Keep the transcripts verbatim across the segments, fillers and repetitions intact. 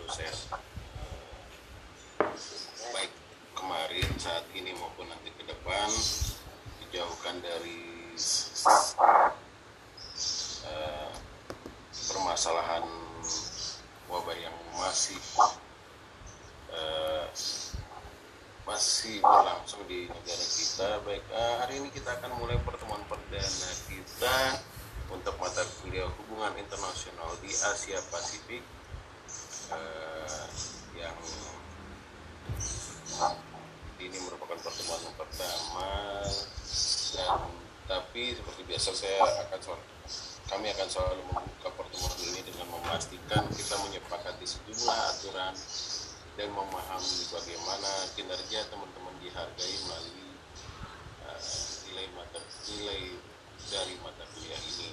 selalu sehat. Baik kemarin, saat ini maupun nanti ke depan, dijauhkan dari uh, permasalahan wabah yang masih uh, masih berlangsung di negara kita. Baik, uh, hari ini kita akan mulai pertemuan perdana kita untuk mata kuliah hubungan internasional di Asia Pasifik, uh, yang ini merupakan pertemuan yang pertama, dan tapi seperti biasa saya akan selalu, kami akan selalu membuka pertemuan ini dengan memastikan kita menyepakati sejumlah aturan dan memahami bagaimana kinerja teman-teman dihargai melalui uh, nilai mata nilai dari mata kuliah ini.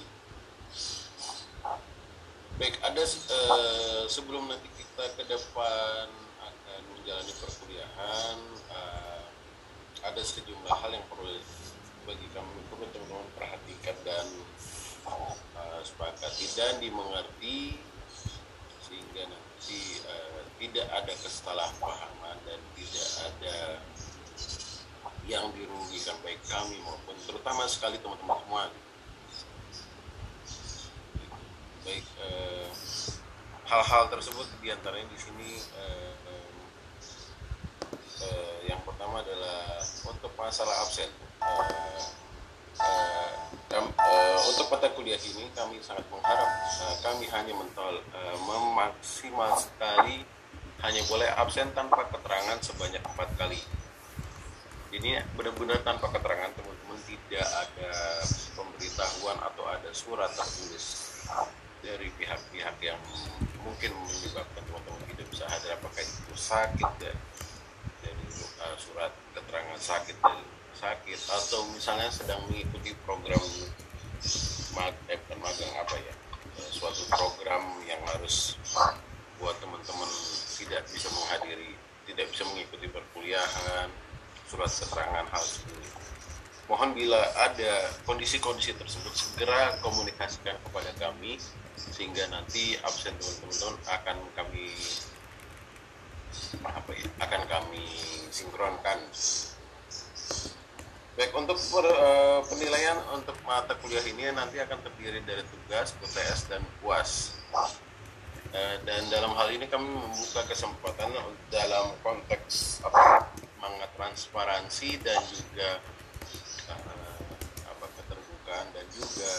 Baik, ada uh, sebelum nanti kita ke depan akan menjalani perkuliahan, uh, ada sejumlah hal yang perlu bagi kami perlu teman-teman perhatikan dan uh, sepakati dan dimengerti, sehingga nanti uh, tidak ada kesalahpahaman dan tidak ada yang dirugikan baik kami maupun terutama sekali teman-teman semua. Baik, uh, hal-hal tersebut diantaranya di sini uh, uh, yang pertama adalah untuk masalah absen. Uh, uh, kam, uh, untuk mata kuliah ini kami sangat mengharap uh, kami hanya mentol, uh, memaksimal sekali hanya boleh absen tanpa keterangan sebanyak empat kali. Ini benar-benar tanpa keterangan, teman-teman, tidak ada pemberitahuan atau ada surat tertulis dari pihak-pihak yang mungkin menyebabkan teman-teman tidak bisa hadir, apakah itu sakit dari, dari uh, surat keterangan sakit dari sakit atau misalnya sedang mengikuti program mag, eh, magang apa ya, uh, suatu program yang harus buat teman-teman tidak bisa menghadiri, tidak bisa mengikuti perkuliahan, surat keterangan hal seperti itu. Mohon bila ada kondisi-kondisi tersebut segera komunikasikan kepada kami, sehingga nanti absen teman-teman akan kami apa ya, akan kami sinkronkan. Baik, untuk per, uh, penilaian untuk mata kuliah ini nanti akan terdiri dari tugas, U T S, dan U A S. Uh, dan dalam hal ini kami membuka kesempatan dalam konteks apa, semangat transparansi dan juga uh, apa, keterbukaan dan juga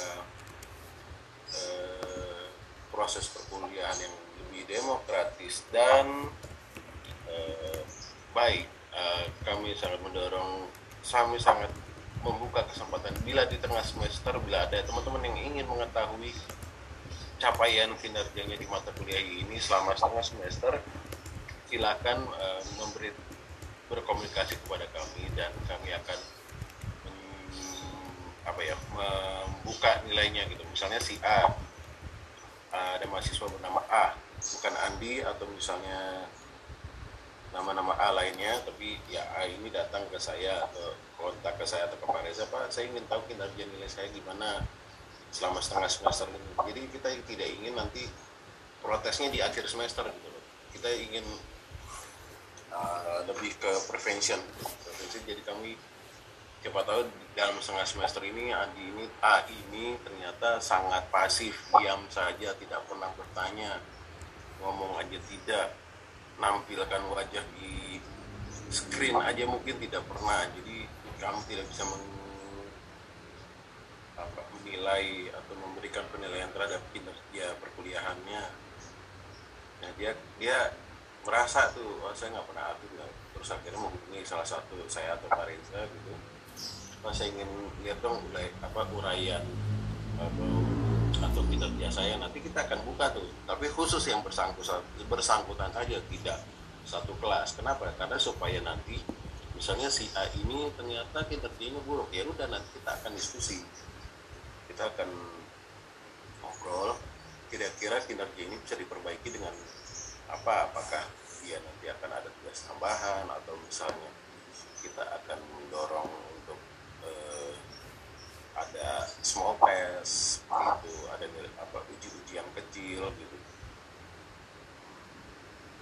uh, proses perkuliahan yang lebih demokratis dan uh, baik. Uh, kami sangat mendorong, kami sangat membuka kesempatan bila di tengah semester, bila ada teman-teman yang ingin mengetahui capaian kinerjanya di mata kuliah ini selama setengah semester, silakan uh, memberi berkomunikasi kepada kami dan kami akan men, apa ya membuka nilainya gitu. Misalnya si A, ada mahasiswa bernama A, bukan Andi, atau misalnya nama-nama A lainnya, tapi ya A ini datang ke saya atau kontak ke saya atau ke Pak Reza, Pak, saya ingin tahu kinerja nilai saya gimana selama setengah semester ini. Jadi kita tidak ingin nanti protesnya di akhir semester gitu loh. Kita ingin uh, lebih ke prevention. prevention. Jadi kami siapa tahu dalam setengah semester ini Adi ini A ini ternyata sangat pasif, diam saja, tidak pernah bertanya, ngomong aja tidak, nampilkan wajah di screen aja mungkin tidak pernah. Jadi kami tidak bisa meng apa, menilai atau memberikan penilaian terhadap kinerja perkuliahannya. Nah, dia dia merasa tuh, oh, saya nggak pernah aktif, terus akhirnya menghubungi salah satu saya atau Pak Reza gitu. Nah, saya ingin lihat dong ulai, apa uraian atau atau kinerja saya, nanti kita akan buka tuh. Tapi khusus yang bersangkutan bersangkutan saja, tidak satu kelas. Kenapa? Karena supaya nanti misalnya si A ini ternyata kinerjanya buruk, ya udah nanti kita akan diskusi. Kita akan ngobrol kira-kira kinerja ini bisa diperbaiki dengan apa, apakah dia nanti akan ada tugas tambahan atau misalnya kita akan mendorong untuk eh, ada small test gitu, ada apa uji-uji yang kecil gitu.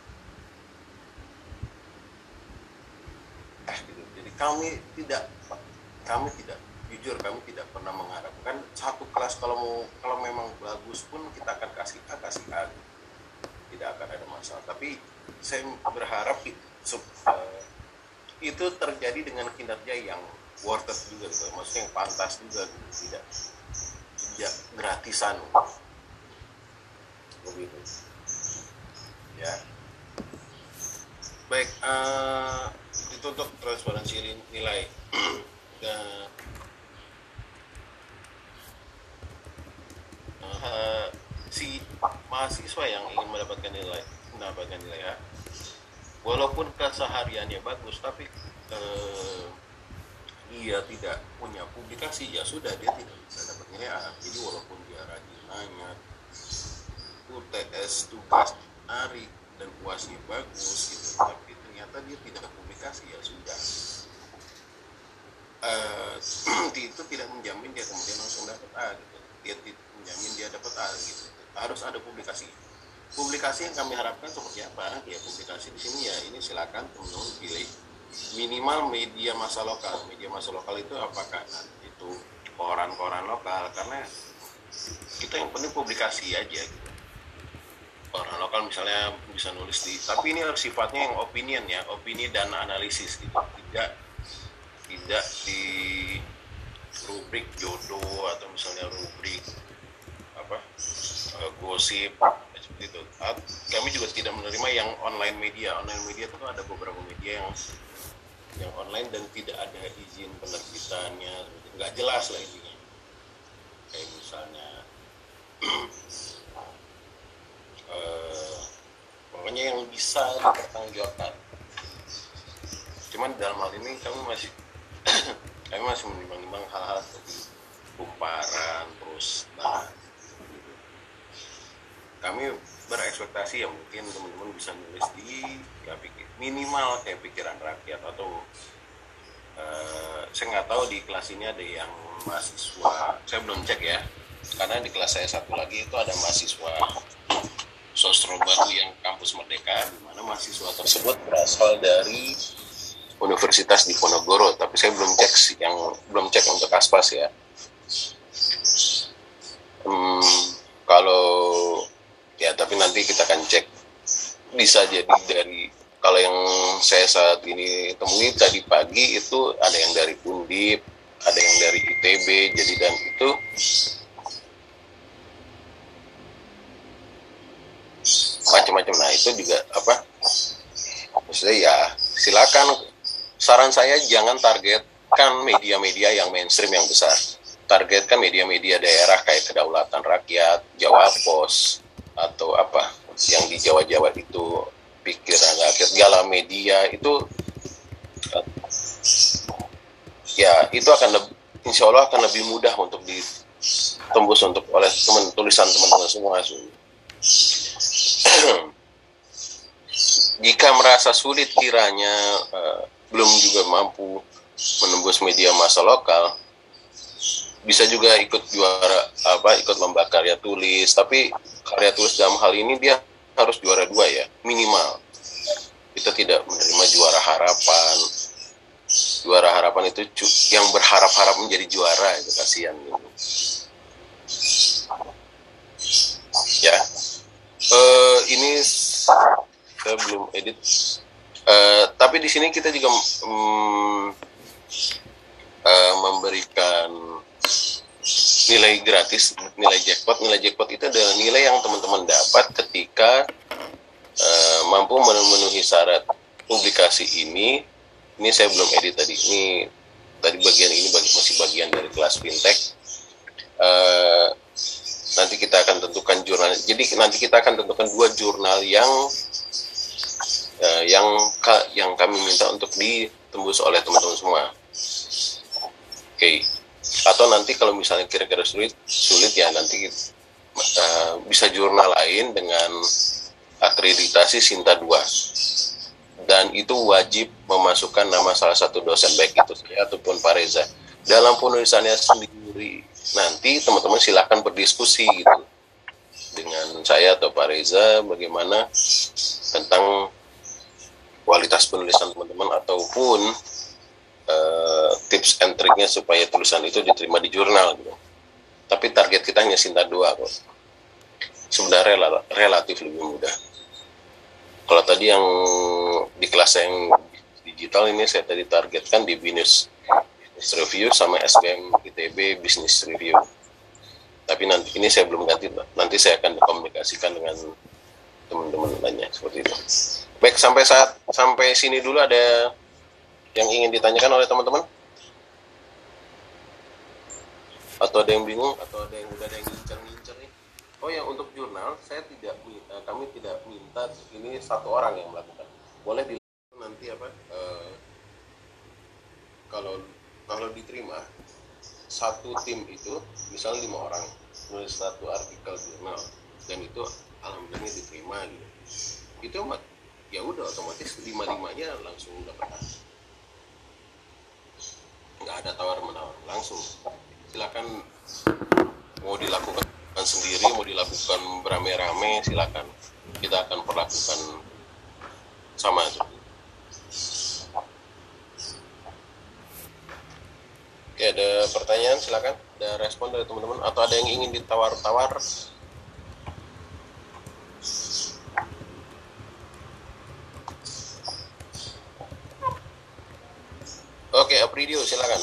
kami tidak kami tidak jujur kami tidak pernah mengharapkan satu kelas kalau mau kalau memang bagus pun kita akan kasih A kasih A, tidak akan ada masalah. Tapi saya berharap itu, uh, itu terjadi dengan kinerja yang worth it juga gitu, maksudnya yang pantas juga gitu. tidak tidak gratisan begitu ya. Baik, uh, itu untuk transparansi nilai. Dan uh, si mahasiswa yang ingin mendapatkan nilai mendapatkan nilai A, walaupun kesehariannya bagus, tapi uh, dia tidak punya publikasi, ya sudah dia tidak bisa dapat nilai A. Jadi walaupun dia rajin nanya, U T S tugas hari dan puasnya bagus gitu, tapi ternyata dia tidak publikasi, ya sudah. Uh, itu tidak menjamin dia kemudian langsung dapat A gitu. Dia tidak menjamin dia dapat A gitu. Harus ada publikasi. Publikasi yang kami harapkan seperti apa? Ya publikasi di sini ya ini silakan teman-teman pilih minimal media massa lokal. Media massa lokal itu apakah itu koran-koran lokal, karena kita yang penting publikasi aja gitu. Koran lokal misalnya bisa nulis di, tapi ini sifatnya yang opinion ya, opini dan analisis gitu. Tidak tidak di rubrik jodoh atau misalnya rubrik apa uh, gosip seperti itu. Kami juga tidak menerima yang online media. Online media itu ada beberapa media yang yang online dan tidak ada izin penerbitannya, nggak jelas lah intinya. Kayak misalnya uh, pokoknya yang bisa dipertanggungjawabkan. Cuman dalam hal ini kami masih kami masih menimbang-nimbang hal-hal seperti kumparan, terus nah gitu. Kami berekspektasi ya mungkin teman-teman bisa nulis di ya pikir, minimal kayak pikiran rakyat atau uh, saya nggak tahu di kelas ini ada yang mahasiswa, saya belum cek ya, karena di kelas saya satu lagi itu ada mahasiswa sosro baru yang kampus Merdeka, di mana mahasiswa tersebut berasal dari Universitas Diponegoro, tapi saya belum cek sih, yang belum cek untuk Aspas ya. Hmm, kalau ya tapi nanti kita akan cek, bisa jadi dari kalau yang saya saat ini temui tadi pagi itu ada yang dari Undip, ada yang dari I T B, jadi dan itu macam-macam. Nah itu juga apa? Maksudnya ya silakan. Saran saya jangan targetkan media-media yang mainstream yang besar. Targetkan media-media daerah kayak Kedaulatan Rakyat, Jawa Pos, atau apa yang di Jawa-Jawa itu Pikiran Rakyat, Gala Media itu ya itu akan lebih, insya Allah akan lebih mudah untuk ditembus untuk oleh teman tulisan teman-teman semua. Jika merasa sulit kiranya uh, belum juga mampu menembus media massa lokal, bisa juga ikut juara apa ikut lomba karya tulis, tapi karya tulis dalam hal ini dia harus juara dua ya minimal. Kita tidak menerima juara harapan. Juara harapan itu yang berharap-harap menjadi juara, itu kasihan gitu. Ya, uh, ini saya belum edit. Uh, tapi di sini kita juga um, uh, memberikan nilai gratis, nilai jackpot. Nilai jackpot itu adalah nilai yang teman-teman dapat ketika uh, mampu memenuhi syarat publikasi ini. Ini saya belum edit tadi. Ini tadi bagian ini bagi, masih bagian dari kelas fintech. Uh, nanti kita akan tentukan jurnal. Jadi nanti kita akan tentukan dua jurnal yang Uh, yang ka, yang kami minta untuk ditembus oleh teman-teman semua. Oke. Okay. Atau nanti kalau misalnya kira-kira sulit, sulit ya nanti uh, bisa jurnal lain dengan akreditasi Sinta dua. Dan itu wajib memasukkan nama salah satu dosen, baik itu saya ataupun Pak Reza. Dalam penulisannya sendiri nanti teman-teman silakan berdiskusi gitu dengan saya atau Pak Reza bagaimana tentang kualitas penulisan teman-teman ataupun uh, tips and triknya supaya tulisan itu diterima di jurnal gitu. Tapi target kita hanya Sinta dua kok. Sebenarnya rel- relatif lebih mudah. Kalau tadi yang di kelas yang digital ini saya tadi targetkan di Binus Business Review sama S B M I T B Business Review. Tapi nanti ini saya belum ganti, nanti saya akan komunikasikan dengan teman-teman lainnya seperti itu. Baik, sampai saat sampai sini dulu ada yang ingin ditanyakan oleh teman-teman? Atau ada yang bingung? Atau ada yang udah ada yang ngincer-ngincer nih? Oh ya, untuk jurnal saya tidak kami tidak minta ini satu orang yang melakukan. Boleh di nanti apa? Eh, kalau kalau diterima satu tim itu misalnya lima orang nulis satu artikel jurnal dan itu alhamdulillah diterima gitu. Itu ya udah otomatis lima limanya langsung dapat. Nggak ada tawar menawar, langsung silakan mau dilakukan sendiri mau dilakukan beramai-ramai silakan, kita akan perlakukan sama aja. Oke, ada pertanyaan silakan, ada respon dari teman-teman atau ada yang ingin ditawar-tawar? Oke, Apridio silakan.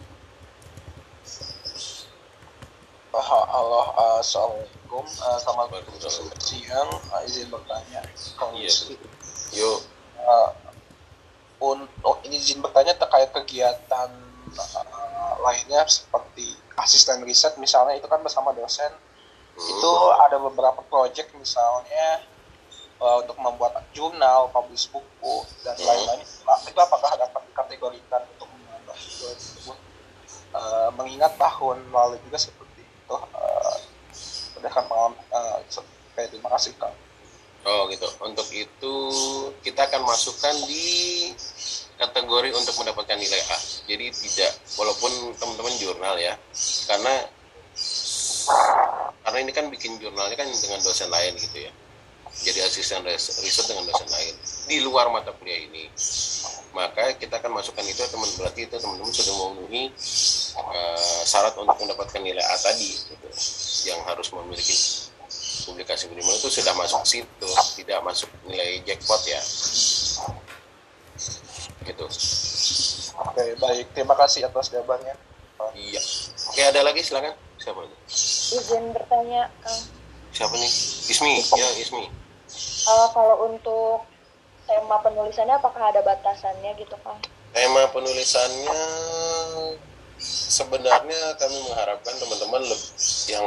Halo, uh, assalamualaikum, uh, selamat siang. Uh, izin bertanya. Iya. Yuk. Uh, untuk ini izin bertanya terkait kegiatan uh, lainnya seperti asisten riset misalnya itu kan bersama dosen. Hmm. Itu ada beberapa proyek misalnya uh, untuk membuat jurnal, publish buku dan hmm. lain-lain. Itu apakah dapat dikategorikan untuk menambah tersebut? Uh, mengingat tahun lalu juga seperti itu uh, berdasarkan pengalaman uh, terima kasih Kang. Oh gitu, untuk itu kita akan masukkan di kategori untuk mendapatkan nilai A. Jadi tidak, walaupun teman-teman jurnal ya, karena karena ini kan bikin jurnalnya kan dengan dosen lain gitu ya. Jadi asisten riset dengan dosen lain di luar mata kuliah ini. Maka kita akan masukkan itu teman berarti itu teman-teman sudah memenuhi uh, syarat untuk mendapatkan nilai A tadi gitu. Yang harus memiliki publikasi minimal itu sudah masuk situ, tidak masuk nilai jackpot ya. Gitu. Oke, baik. Terima kasih atas jawabannya. Iya. Oke, ada lagi silakan. Siapa ini? Izin bertanya, Kang. Siapa nih? Ismi. Ya, Ismi. Uh, kalau untuk tema penulisannya apakah ada batasannya gitu, Kang? Tema penulisannya sebenarnya kami mengharapkan teman-teman yang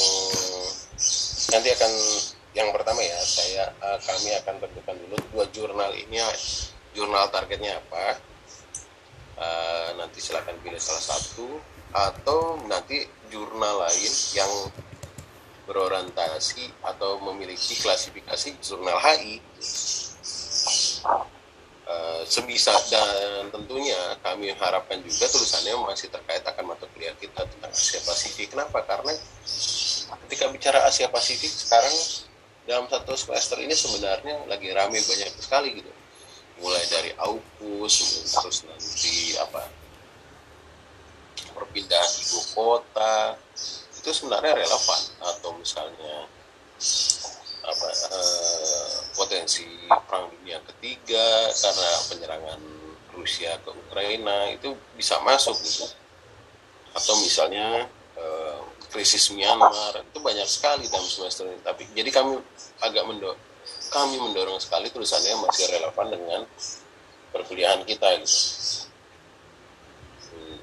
nanti akan yang pertama ya saya uh, kami akan tentukan dulu dua jurnal ini jurnal targetnya apa, uh, nanti silakan pilih salah satu atau nanti jurnal lain yang berorientasi atau memiliki klasifikasi jurnal H I. Uh, sebisa dan tentunya kami harapkan juga tulisannya masih terkait akan mata kuliah kita tentang Asia Pasifik. Kenapa? Karena ketika bicara Asia Pasifik sekarang dalam satu semester ini sebenarnya lagi ramai banyak sekali gitu. Mulai dari AUKUS, terus nanti apa perpindahan ibu kota itu sebenarnya relevan, atau misalnya apa eh, potensi perang dunia ketiga karena penyerangan Rusia ke Ukraina itu bisa masuk gitu, atau misalnya eh, krisis Myanmar itu banyak sekali dalam semester ini. Tapi jadi kami agak mendorong kami mendorong sekali tulisannya masih relevan dengan perkuliahan kita gitu. Hmm.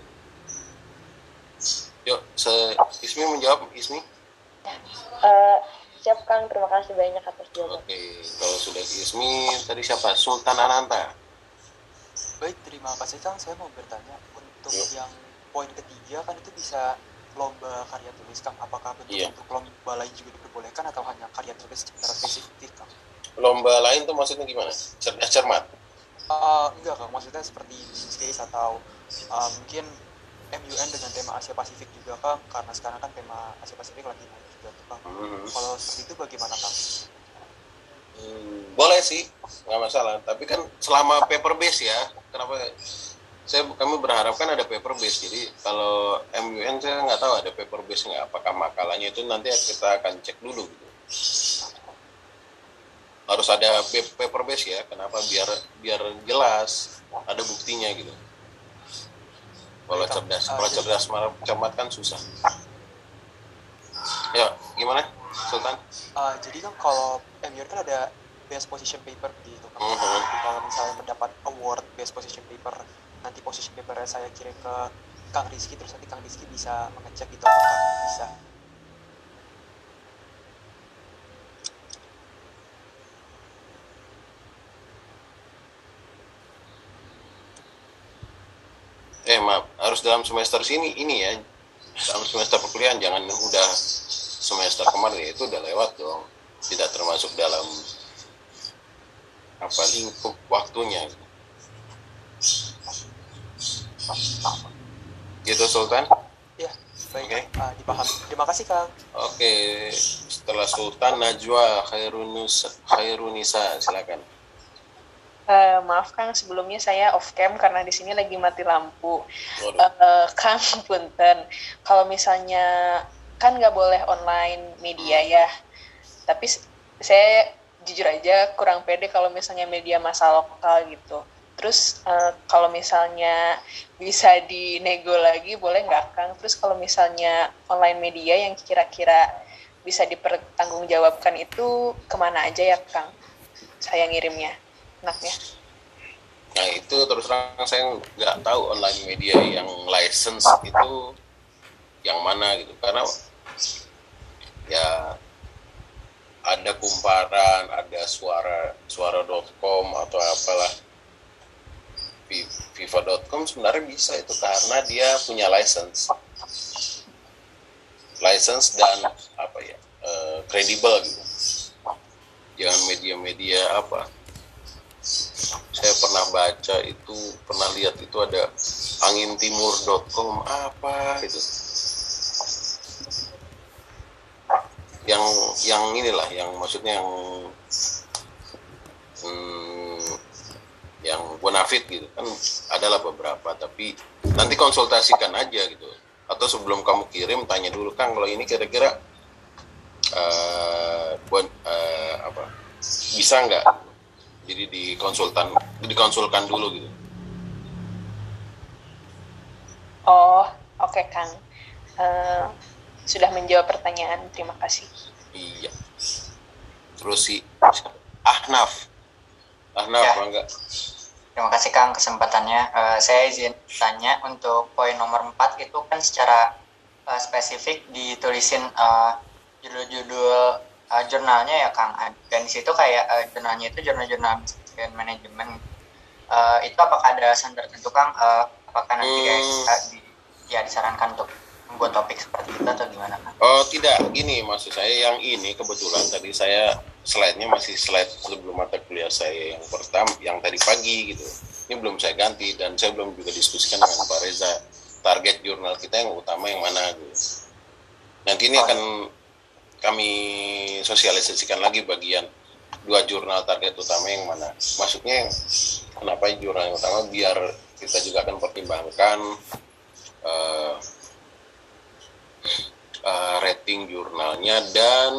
Yuk, se- Ismi menjawab, Ismi. Uh, siap Kang, terima kasih banyak atas jawaban. Oke, kalau sudah Ismi, tadi siapa? Sultan Ananta. Baik, terima kasih Kang. Saya mau bertanya untuk Yuk. yang poin ketiga kan itu bisa lomba karya tulis Kang. Apakah bentuk Iya. untuk lomba lain juga diperbolehkan atau hanya karya tulis secara spesifik Kang? Lomba lain tuh maksudnya gimana? Cerdas cermat? Uh, enggak Kang, maksudnya seperti business case atau uh, mungkin M U N dengan tema Asia Pasifik juga Kang, karena sekarang kan tema Asia Pasifik lagi naik juga tuh Kang. Hmm. Kalau seperti itu bagaimana Kang? Hmm, boleh sih, nggak masalah. Tapi kan selama paper base ya, kenapa saya kami berharap kan ada paper base. Jadi kalau M U N saya nggak tahu ada paper base nggak. Apakah makalahnya itu nanti kita akan cek dulu gitu. Harus ada paper base ya. Kenapa? Biar biar jelas ada buktinya gitu. Kalau cerdas, kalau cerdas malah cermat kan susah. Ya, gimana, Sultan? Uh, jadi kan kalau M U N kan ada best position paper gitu kan. Uh-huh. Jadi kalau misalnya mendapat award best position paper, nanti position papernya saya kirim ke Kang Rizky, terus nanti Kang Rizky bisa mengecek gitu apakah bisa. Eh maaf, harus dalam semester sini ini ya, dalam semester perkuliahan, jangan udah semester kemarin, itu udah lewat dong, tidak termasuk dalam apa lingkup waktunya. Gitu Sultan? Ya, baik. Okay. Uh, dipahami. Terima kasih Kang. Oke, okay. Setelah Sultan, Najwa Khairunisa, Khairunisa, silakan. Uh, maaf Kang, sebelumnya saya off cam karena di sini lagi mati lampu. Uh, Kang, punten. Kalau misalnya kan nggak boleh online media ya, tapi saya jujur aja kurang pede kalau misalnya media massa lokal gitu. Terus uh, kalau misalnya bisa dinego lagi boleh nggak Kang? Terus kalau misalnya online media yang kira-kira bisa dipertanggungjawabkan itu kemana aja ya Kang? Saya ngirimnya. Enaknya. Nah itu terus terang saya nggak tahu online media yang license itu yang mana gitu, karena ya ada Kumparan, ada suara suara dot com atau apalah, viva dot com sebenarnya bisa itu karena dia punya license license dan apa ya kredibel uh, gitu. Jangan media-media apa, saya pernah baca itu, pernah lihat itu ada angin timur dot com apa itu, yang yang inilah, yang maksudnya yang hmm, yang bonafit gitu kan, adalah beberapa, tapi nanti konsultasikan aja gitu, atau sebelum kamu kirim tanya dulu Kang, kalau ini kira-kira uh, bon, uh, apa bisa nggak? Jadi dikonsultan, dikonsulkan dulu gitu. Oh, oke okay, Kang. Uh, sudah menjawab pertanyaan, terima kasih. Iya. Terus si Ahnaf, Ahnaf, ya. Enggak? Terima kasih Kang kesempatannya. Uh, saya izin tanya untuk poin nomor empat itu kan secara uh, spesifik ditulisin uh, judul-judul Uh, jurnalnya ya Kang, dan di situ kayak uh, jurnalnya itu jurnal-jurnal dan manajemen. Uh, itu apakah ada alasan tertentu Kang? Uh, apakah nanti hmm. kayak kita di, ya disarankan untuk membuat topik seperti itu atau gimana Kang? Oh tidak, gini maksud saya yang ini kebetulan tadi saya slide-nya masih slide sebelum mata kuliah saya yang pertama, yang tadi pagi gitu. Ini belum saya ganti dan saya belum juga diskusikan dengan Pak Reza target jurnal kita yang utama yang mana gitu. Nanti ini oh. akan kami sosialisasikan lagi bagian dua jurnal target utama yang mana. Maksudnya kenapa jurnal yang utama, biar kita juga akan pertimbangkan uh, uh, rating jurnalnya dan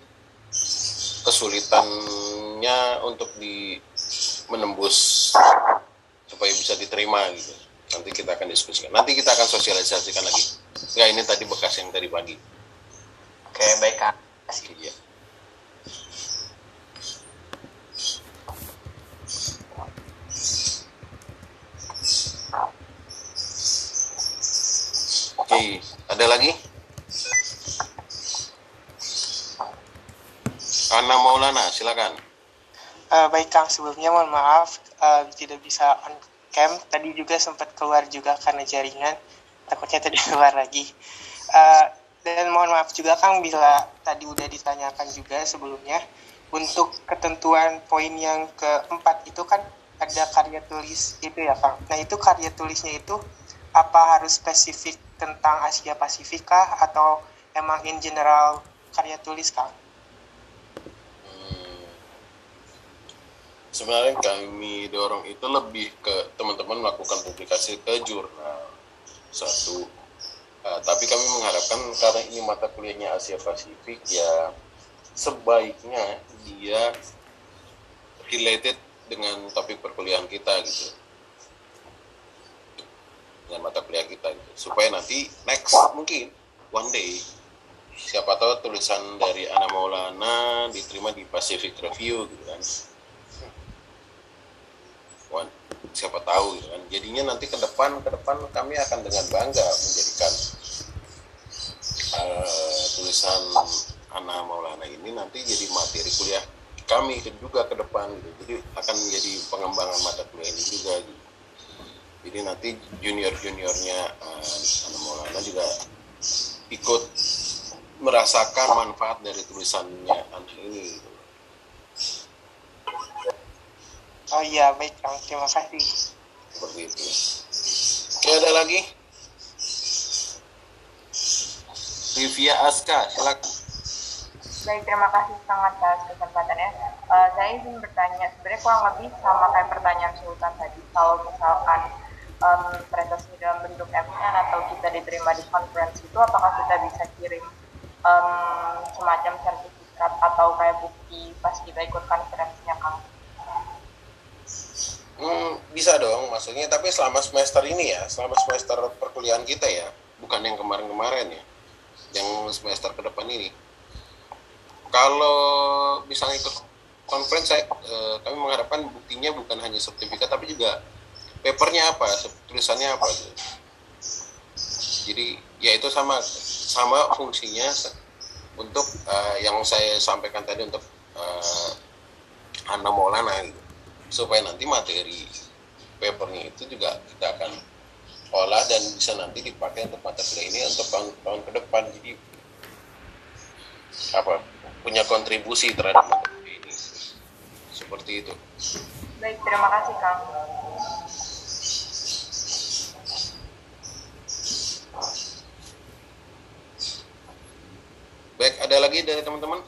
kesulitannya untuk di menembus supaya bisa diterima gitu. Nanti kita akan diskusikan. Nanti kita akan sosialisasikan lagi. Ya ini tadi bekas yang tadi pagi. Oke, baik Kang. Terima kasih. Ya. Oke, ada lagi? Ana Maulana, silakan. Uh, baik Kang, sebelumnya mohon maaf uh, tidak bisa on cam. Tadi juga sempat keluar juga karena jaringan. Takutnya tadi keluar lagi. Uh, Dan mohon maaf juga Kang bila tadi udah ditanyakan juga sebelumnya, untuk ketentuan poin yang keempat itu kan ada karya tulis itu ya Kang. Nah itu karya tulisnya itu apa harus spesifik tentang Asia Pasifik kah atau emang in general karya tulis Kang? sebenarnya kami dorong itu lebih ke teman-teman melakukan publikasi ke jurnal satu. Uh, tapi kami mengharapkan karena ini mata kuliahnya Asia Pasifik ya sebaiknya dia related dengan topik perkuliahan kita gitu, dengan mata kuliah kita gitu. Supaya nanti next mungkin one day siapa tahu tulisan dari Ana Maulana diterima di Pacific Review gitu kan. One, siapa tahu gitu kan. Jadinya nanti ke depan ke depan kami akan dengan bangga menjadikan uh, tulisan Ana Maulana ini nanti jadi materi kuliah kami juga ke depan gitu. Jadi akan menjadi pengembangan mata kuliah ini juga gitu. Jadi nanti junior-juniornya uh, Ana Maulana juga ikut merasakan manfaat dari tulisannya Ana ini gitu. Oh iya, baik Kang, terima kasih. Seperti itu. Oke, ada lagi? Rivia Aska, silakan. Baik, terima kasih sangat atas kesempatannya. Uh, saya ingin bertanya, sebenarnya kurang lebih sama kayak pertanyaan Sultan tadi. Kalau misalkan um, prestasi dalam bentuk M N atau kita diterima di conference itu, apakah kita bisa kirim um, semacam sertifikat atau kayak bukti pas kita ikut konferensinya, Kang? Hmm, bisa dong, maksudnya tapi selama semester ini ya, selama semester perkuliahan kita ya, bukan yang kemarin-kemarin ya, yang semester ke depan ini. Kalau misalnya ikut conference, saya, eh, kami mengharapkan buktinya bukan hanya sertifikat, tapi juga papernya apa, tulisannya apa gitu. Jadi ya itu sama sama fungsinya untuk uh, yang saya sampaikan tadi untuk uh, Ana Maulana gitu. Supaya nanti materi papernya itu juga kita akan olah dan bisa nanti dipakai untuk mata kuliah ini untuk tahun, tahun ke depan. Jadi apa punya kontribusi terhadap mata kuliah ini seperti itu. Baik, terima kasih Kang. Baik, ada lagi dari teman-teman?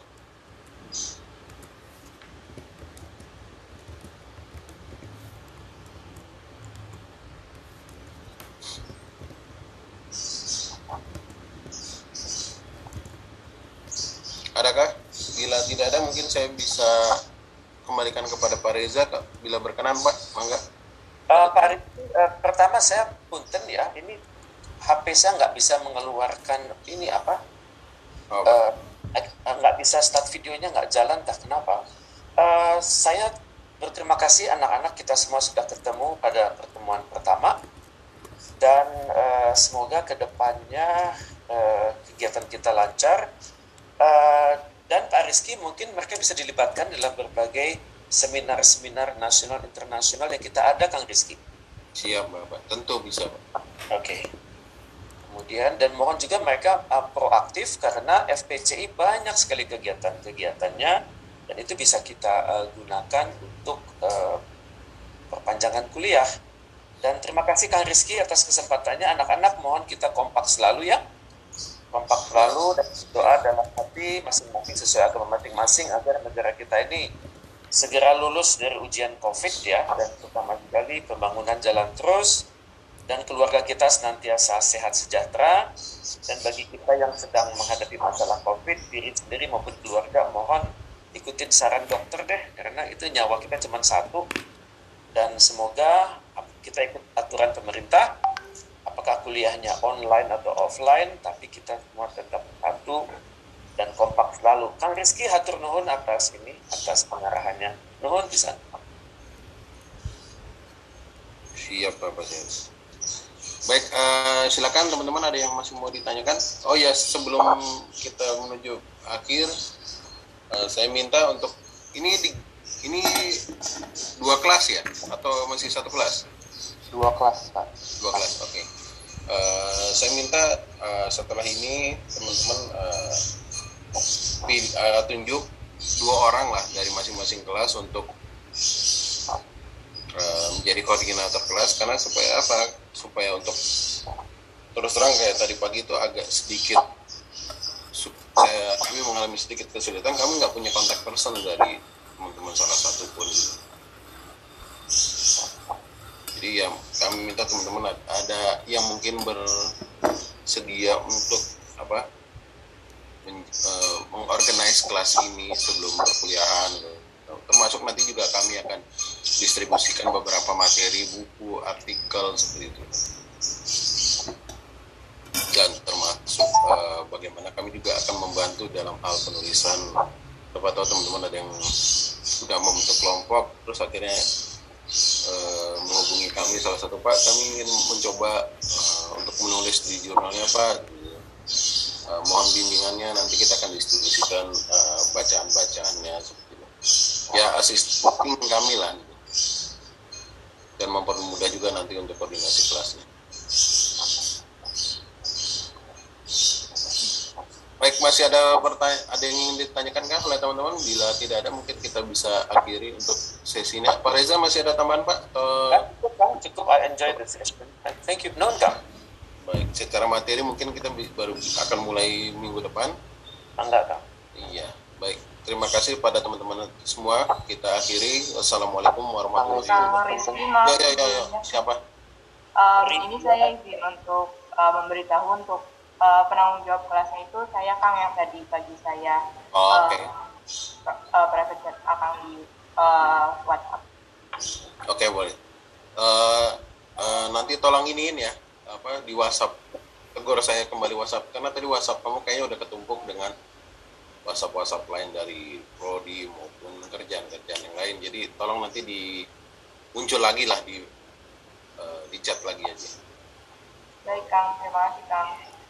Adakah? Bila tidak ada mungkin saya bisa kembalikan kepada Pak Reza, bila berkenan Pak, mangga. Uh, Pak Reza, uh, pertama saya punten ya, ini H P saya nggak bisa mengeluarkan ini apa, oh. uh, nggak bisa start videonya, nggak jalan, tak kenapa. Uh, saya berterima kasih anak-anak kita semua sudah ketemu pada pertemuan pertama, dan uh, semoga kedepannya uh, kegiatan kita lancar. Uh, dan Pak Rizky mungkin mereka bisa dilibatkan dalam berbagai seminar-seminar nasional internasional yang kita ada, Kang Rizky. Siap Bapak, tentu bisa Pak. Oke. Okay. Kemudian dan mohon juga mereka uh, proaktif karena F P C I banyak sekali kegiatan-kegiatannya dan itu bisa kita uh, gunakan untuk uh, perpanjangan kuliah. Dan terima kasih Kang Rizky atas kesempatannya. Anak-anak mohon kita kompak selalu ya. Kompak selalu dan doa dalam hati masing-masing sesuai agama masing-masing agar negara kita ini segera lulus dari ujian COVID ya, dan terutama sekali pembangunan jalan terus dan keluarga kita senantiasa sehat sejahtera. Dan bagi kita yang sedang menghadapi masalah COVID, diri sendiri maupun keluarga mohon ikutin saran dokter deh, karena itu nyawa kita cuma satu. Dan semoga kita ikut aturan pemerintah, apakah kuliahnya online atau offline, tapi kita semua tetap satu dan kompak selalu. Kang Rizky hatur nuhun atas ini, atas pengarahannya. Nuhun bisa. Siap Bapak Jens. Baik, uh, silakan teman-teman, ada yang masih mau ditanyakan? Oh ya, sebelum kita menuju akhir, uh, saya minta untuk ini di, ini dua kelas ya, atau masih satu kelas? Dua kelas Pak. Dua kelas, oke. Okay. Uh, saya minta uh, setelah ini teman-teman uh, pil- uh, tunjuk dua orang lah dari masing-masing kelas untuk uh, menjadi koordinator kelas, karena supaya apa? Supaya untuk terus terang kayak tadi pagi itu agak sedikit supaya kami mengalami sedikit kesulitan, kami nggak punya kontak person dari teman-teman salah satu pun. Jadi yang kami minta teman-teman ada yang mungkin bersedia untuk apa men, uh, mengorganize kelas ini sebelum perkuliahan, termasuk nanti juga kami akan distribusikan beberapa materi, buku, artikel seperti itu, dan termasuk uh, bagaimana kami juga akan membantu dalam hal penulisan. Siapa tahu teman-teman ada yang sudah membentuk kelompok terus akhirnya uh, menghubungi kami, salah satu Pak kami ingin mencoba uh, untuk menulis di jurnalnya Pak, uh, mohon bimbingannya, nanti kita akan distribusikan uh, bacaan-bacaannya seperti itu. Ya asisten kami lah gitu. Dan mempermudah juga nanti untuk koordinasi kelasnya. Baik, masih ada pertanyaan, ada yang ingin ditanyakan kan oleh teman-teman? Bila tidak ada, mungkin kita bisa akhiri untuk sesi ini. Pak Reza, masih ada tambahan Pak? Uh, cukup, Kang. Cukup, I enjoy the session. Thank you. Non, Kang. Baik, secara materi mungkin kita baru akan mulai minggu depan. Enggak, Kang. Iya, baik. Terima kasih pada teman-teman semua. Kita akhiri. Wassalamualaikum warahmatullahi wabarakatuh. Ya, ya, ya, ya. Siapa? Um, ini saya izin untuk uh, memberitahu untuk Uh, penanggung jawab kelasnya itu saya Kang yang tadi pagi saya oh, oke okay. uh, uh, private chat Akang di uh, WhatsApp. Oke okay, boleh. Uh, uh, nanti tolong iniin ya apa di WhatsApp, tegur saya kembali WhatsApp karena tadi WhatsApp kamu kayaknya udah ketumpuk dengan WhatsApp WhatsApp lain dari prodi maupun kerjaan-kerjaan yang lain. Jadi tolong nanti di muncul lagi lah di uh, di chat lagi aja. Baik Kang, terima kasih Kang.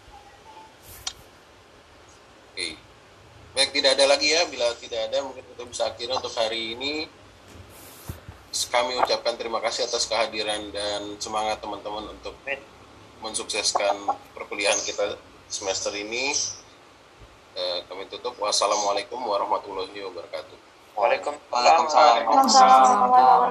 Oke, baik, tidak ada lagi ya. Bila tidak ada, mungkin kita bisa akhiri untuk hari ini. Kami ucapkan terima kasih atas kehadiran dan semangat teman-teman untuk mensukseskan perkuliahan kita semester ini. Eh, kami tutup. Wassalamualaikum warahmatullahi wabarakatuh. Waalaikumsalam. Waalaikumsalam.